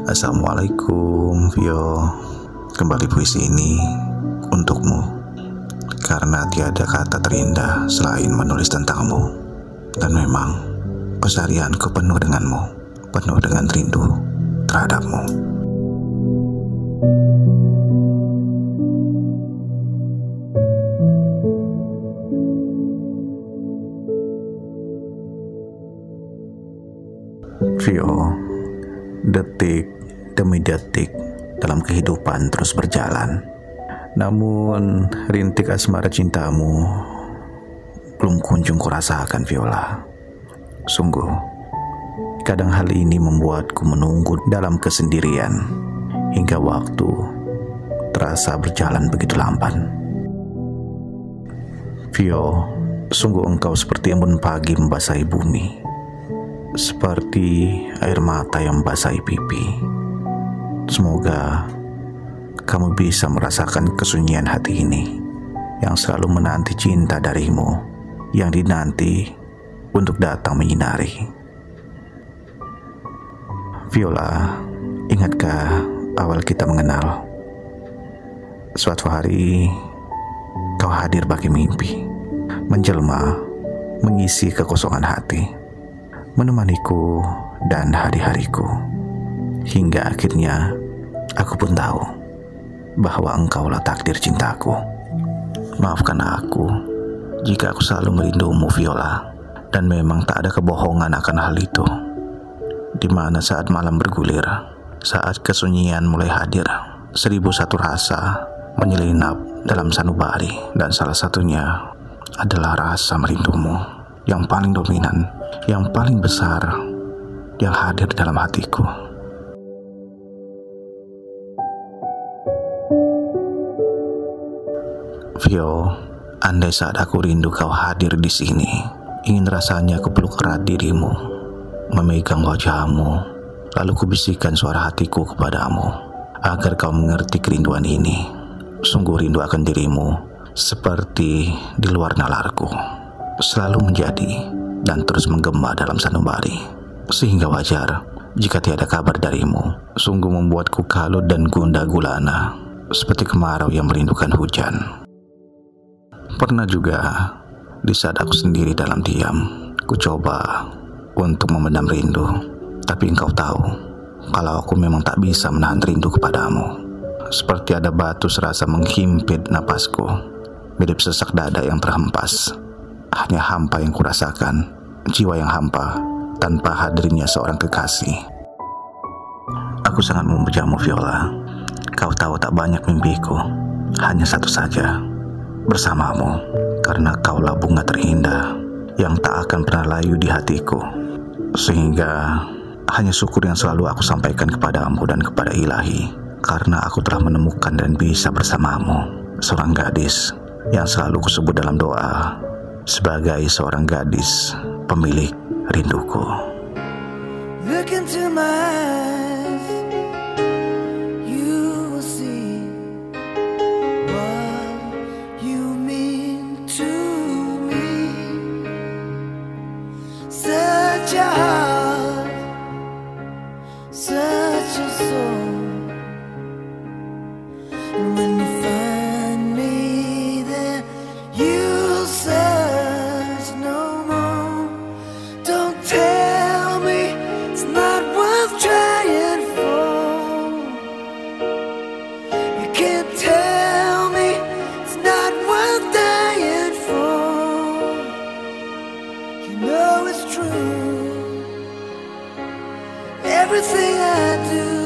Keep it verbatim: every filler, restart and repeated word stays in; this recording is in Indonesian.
Assalamualaikum, Vio. Kembali puisi ini untukmu, karena tiada kata terindah selain menulis tentangmu. Dan memang keseharianku penuh denganmu, penuh dengan rindu terhadapmu. Vio, detik demi detik dalam kehidupan terus berjalan. Namun rintik asmara cintamu belum kunjung kurasakan, Viola. Sungguh, kadang hal ini membuatku menunggu dalam kesendirian hingga waktu terasa berjalan begitu lamban. Vio, sungguh engkau seperti embun pagi membasahi bumi, seperti air mata yang membasahi pipi. Semoga kamu bisa merasakan kesunyian hati ini yang selalu menanti cinta darimu, yang dinanti untuk datang menyinari. Viola, ingatkah awal kita mengenal? Suatu hari kau hadir bagi mimpi, menjelma, mengisi kekosongan hati, menemaniku dan hari-hariku. Hingga akhirnya aku pun tahu bahwa engkaulah takdir cintaku. Maafkan aku jika aku selalu merindumu, Viola. Dan memang tak ada kebohongan akan hal itu. Di mana saat malam bergulir, saat kesunyian mulai hadir, seribu satu rasa menyelinap dalam sanubari. Dan salah satunya adalah rasa merindumu yang paling dominan, yang paling besar, yang hadir dalam hatiku. Vio, andai saat aku rindu kau hadir di sini, ingin rasanya aku peluk erat dirimu, memegang wajahmu, lalu kubisikkan suara hatiku kepadamu, agar kau mengerti kerinduan ini. Sungguh rindu akan dirimu, seperti di luar nalarku, selalu menjadi dan terus menggema dalam sanubari. Sehingga wajar jika tiada kabar darimu. Sungguh membuatku kalut dan gundah gulana, seperti kemarau yang merindukan hujan. Pernah juga di saat aku sendiri dalam diam, ku coba untuk memendam rindu. Tapi engkau tahu kalau aku memang tak bisa menahan rindu kepadamu. Seperti ada batu serasa menghimpit napasku, mirip sesak dada yang terhempas. Hanya hampa yang kurasakan, jiwa yang hampa tanpa hadirnya seorang kekasih. Aku sangat memujamu, Viola. Kau tahu tak banyak mimpiku, hanya satu saja, bersamamu. Karena kaulah bunga terindah yang tak akan pernah layu di hatiku. Sehingga hanya syukur yang selalu aku sampaikan kepadamu dan kepada Ilahi, karena aku telah menemukan dan bisa bersamamu, seorang gadis yang selalu kusebut dalam doa sebagai seorang gadis pemilik rinduku. Look into my eyes, you will see what you mean to me. Such a heart, such a soul. And when you find me there, you'll search no more. Don't tell me it's not worth trying for. You can't tell me it's not worth dying for. You know it's true. Everything I do